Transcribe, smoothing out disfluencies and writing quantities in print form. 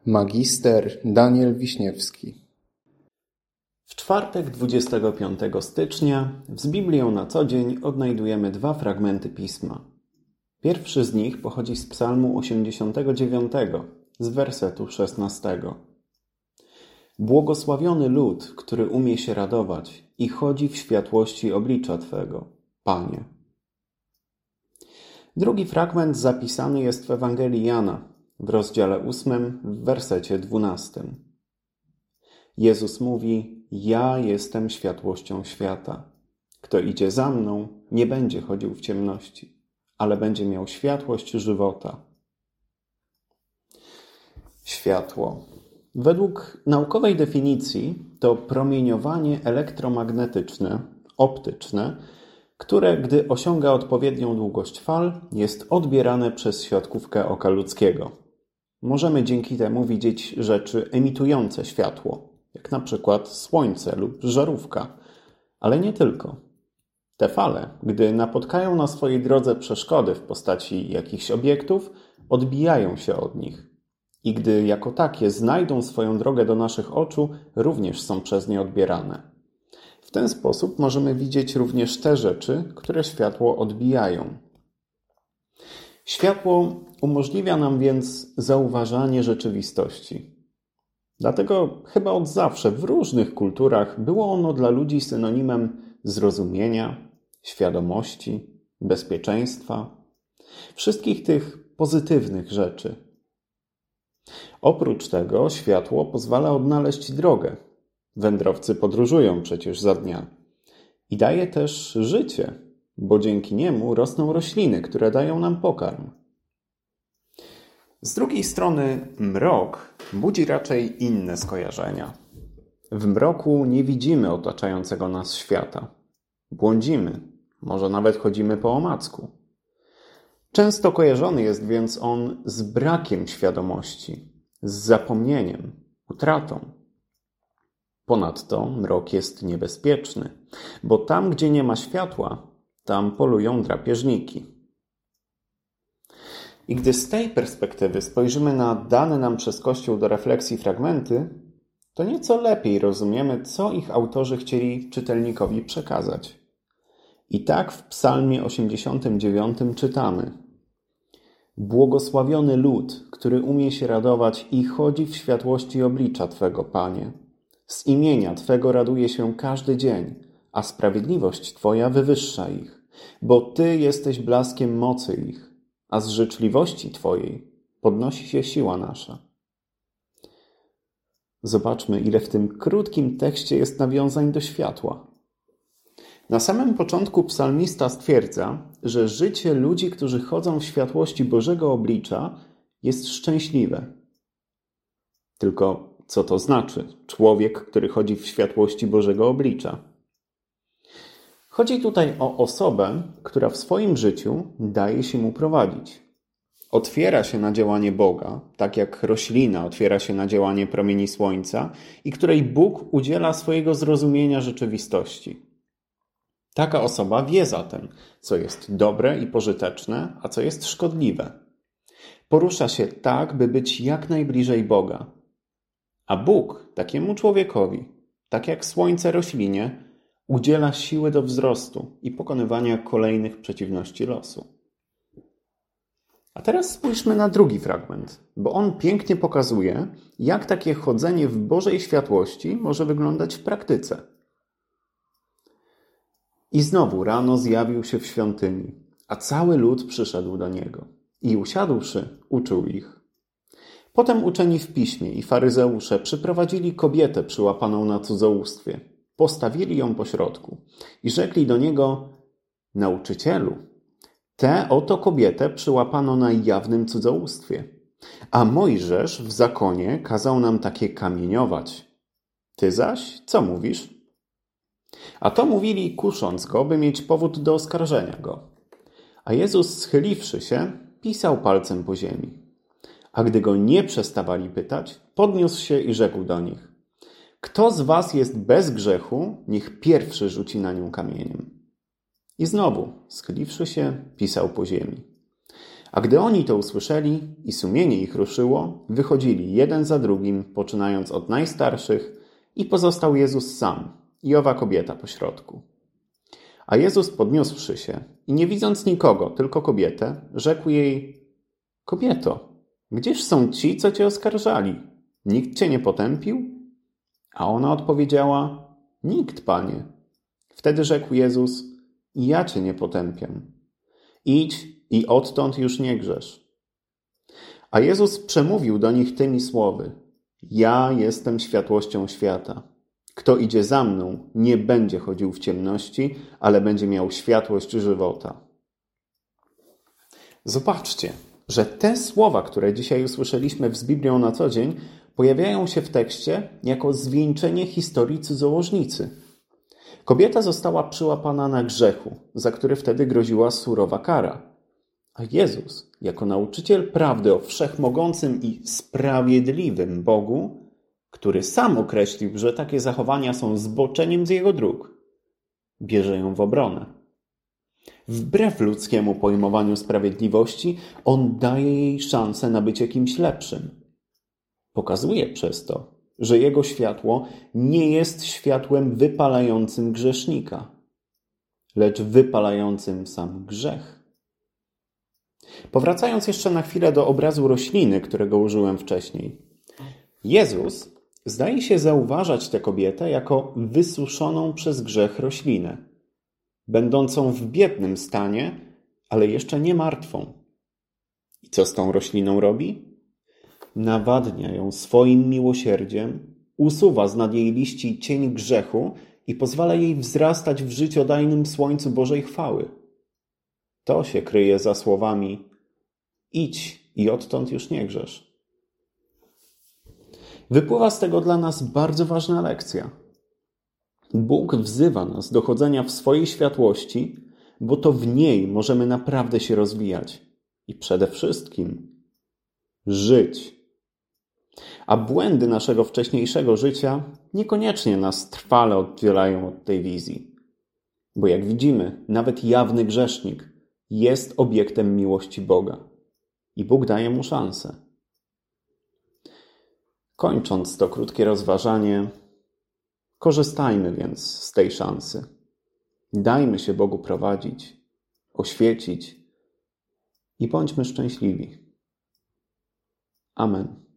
Magister Daniel Wiśniewski. W czwartek 25 stycznia z Biblią na co dzień odnajdujemy dwa fragmenty Pisma. Pierwszy z nich pochodzi z Psalmu 89, z wersetu 16. Błogosławiony lud, który umie się radować i chodzi w światłości oblicza Twego, Panie. Drugi fragment zapisany jest w Ewangelii Jana, w rozdziale 8, w wersecie 12. Jezus mówi: Ja jestem światłością świata. Kto idzie za mną, nie będzie chodził w ciemności, ale będzie miał światłość żywota. Światło. Według naukowej definicji to promieniowanie elektromagnetyczne, optyczne, które, gdy osiąga odpowiednią długość fal, jest odbierane przez siatkówkę oka ludzkiego. Możemy dzięki temu widzieć rzeczy emitujące światło, jak na przykład słońce lub żarówka, ale nie tylko. Te fale, gdy napotkają na swojej drodze przeszkody w postaci jakichś obiektów, odbijają się od nich. I gdy jako takie znajdą swoją drogę do naszych oczu, również są przez nie odbierane. W ten sposób możemy widzieć również te rzeczy, które światło odbijają. Światło umożliwia nam więc zauważanie rzeczywistości. Dlatego chyba od zawsze w różnych kulturach było ono dla ludzi synonimem zrozumienia, świadomości, bezpieczeństwa, wszystkich tych pozytywnych rzeczy. Oprócz tego światło pozwala odnaleźć drogę. Wędrowcy podróżują przecież za dnia. I daje też życie, bo dzięki niemu rosną rośliny, które dają nam pokarm. Z drugiej strony mrok budzi raczej inne skojarzenia. W mroku nie widzimy otaczającego nas świata. Błądzimy, może nawet chodzimy po omacku. Często kojarzony jest więc on z brakiem świadomości, z zapomnieniem, utratą. Ponadto mrok jest niebezpieczny, bo tam, gdzie nie ma światła, tam polują drapieżniki. I gdy z tej perspektywy spojrzymy na dane nam przez Kościół do refleksji fragmenty, to nieco lepiej rozumiemy, co ich autorzy chcieli czytelnikowi przekazać. I tak w Psalmie 89 czytamy: Błogosławiony lud, który umie się radować i chodzi w światłości oblicza Twego, Panie. Z imienia Twego raduje się każdy dzień, a sprawiedliwość Twoja wywyższa ich, bo Ty jesteś blaskiem mocy ich, a z życzliwości Twojej podnosi się siła nasza. Zobaczmy, ile w tym krótkim tekście jest nawiązań do światła. Na samym początku psalmista stwierdza, że życie ludzi, którzy chodzą w światłości Bożego oblicza, jest szczęśliwe. Tylko co to znaczy człowiek, który chodzi w światłości Bożego oblicza? Chodzi tutaj o osobę, która w swoim życiu daje się mu prowadzić. Otwiera się na działanie Boga, tak jak roślina otwiera się na działanie promieni słońca i której Bóg udziela swojego zrozumienia rzeczywistości. Taka osoba wie zatem, co jest dobre i pożyteczne, a co jest szkodliwe. Porusza się tak, by być jak najbliżej Boga. A Bóg takiemu człowiekowi, tak jak słońce roślinie, udziela siły do wzrostu i pokonywania kolejnych przeciwności losu. A teraz spójrzmy na drugi fragment, bo on pięknie pokazuje, jak takie chodzenie w Bożej światłości może wyglądać w praktyce. I znowu rano zjawił się w świątyni, a cały lud przyszedł do niego. I usiadłszy, uczył ich. Potem uczeni w piśmie i faryzeusze przyprowadzili kobietę przyłapaną na cudzołóstwie. Postawili ją pośrodku i rzekli do niego: Nauczycielu, tę oto kobietę przyłapano na jawnym cudzołóstwie, a Mojżesz w zakonie kazał nam takie kamieniować. Ty zaś co mówisz? A to mówili, kusząc go, by mieć powód do oskarżenia go. A Jezus, schyliwszy się, pisał palcem po ziemi. A gdy go nie przestawali pytać, podniósł się i rzekł do nich: Kto z was jest bez grzechu, niech pierwszy rzuci na nią kamieniem. I znowu, schyliwszy się, pisał po ziemi. A gdy oni to usłyszeli i sumienie ich ruszyło, wychodzili jeden za drugim, poczynając od najstarszych, i pozostał Jezus sam i owa kobieta pośrodku. A Jezus podniósłszy się i nie widząc nikogo, tylko kobietę, rzekł jej: Kobieto, gdzież są ci, co cię oskarżali? Nikt cię nie potępił? A ona odpowiedziała: Nikt, Panie. Wtedy rzekł Jezus: Ja cię nie potępiam. Idź i odtąd już nie grzesz. A Jezus przemówił do nich tymi słowy: Ja jestem światłością świata. Kto idzie za mną, nie będzie chodził w ciemności, ale będzie miał światłość żywota. Zobaczcie, że te słowa, które dzisiaj usłyszeliśmy z Biblią na co dzień, pojawiają się w tekście jako zwieńczenie historii cudzołożnicy. Kobieta została przyłapana na grzechu, za który wtedy groziła surowa kara. A Jezus, jako nauczyciel prawdy o wszechmogącym i sprawiedliwym Bogu, który sam określił, że takie zachowania są zboczeniem z jego dróg, bierze ją w obronę. Wbrew ludzkiemu pojmowaniu sprawiedliwości, on daje jej szansę na bycie kimś lepszym. Pokazuje przez to, że jego światło nie jest światłem wypalającym grzesznika, lecz wypalającym sam grzech. Powracając jeszcze na chwilę do obrazu rośliny, którego użyłem wcześniej. Jezus zdaje się zauważać tę kobietę jako wysuszoną przez grzech roślinę, będącą w biednym stanie, ale jeszcze nie martwą. I co z tą rośliną robi? Nawadnia ją swoim miłosierdziem, usuwa z nad jej liści cień grzechu i pozwala jej wzrastać w życiodajnym słońcu Bożej chwały. To się kryje za słowami: idź i odtąd już nie grzesz. Wypływa z tego dla nas bardzo ważna lekcja. Bóg wzywa nas do chodzenia w swojej światłości, bo to w niej możemy naprawdę się rozwijać i przede wszystkim żyć. A błędy naszego wcześniejszego życia niekoniecznie nas trwale oddzielają od tej wizji. Bo jak widzimy, nawet jawny grzesznik jest obiektem miłości Boga i Bóg daje mu szansę. Kończąc to krótkie rozważanie, korzystajmy więc z tej szansy. Dajmy się Bogu prowadzić, oświecić i bądźmy szczęśliwi. Amen.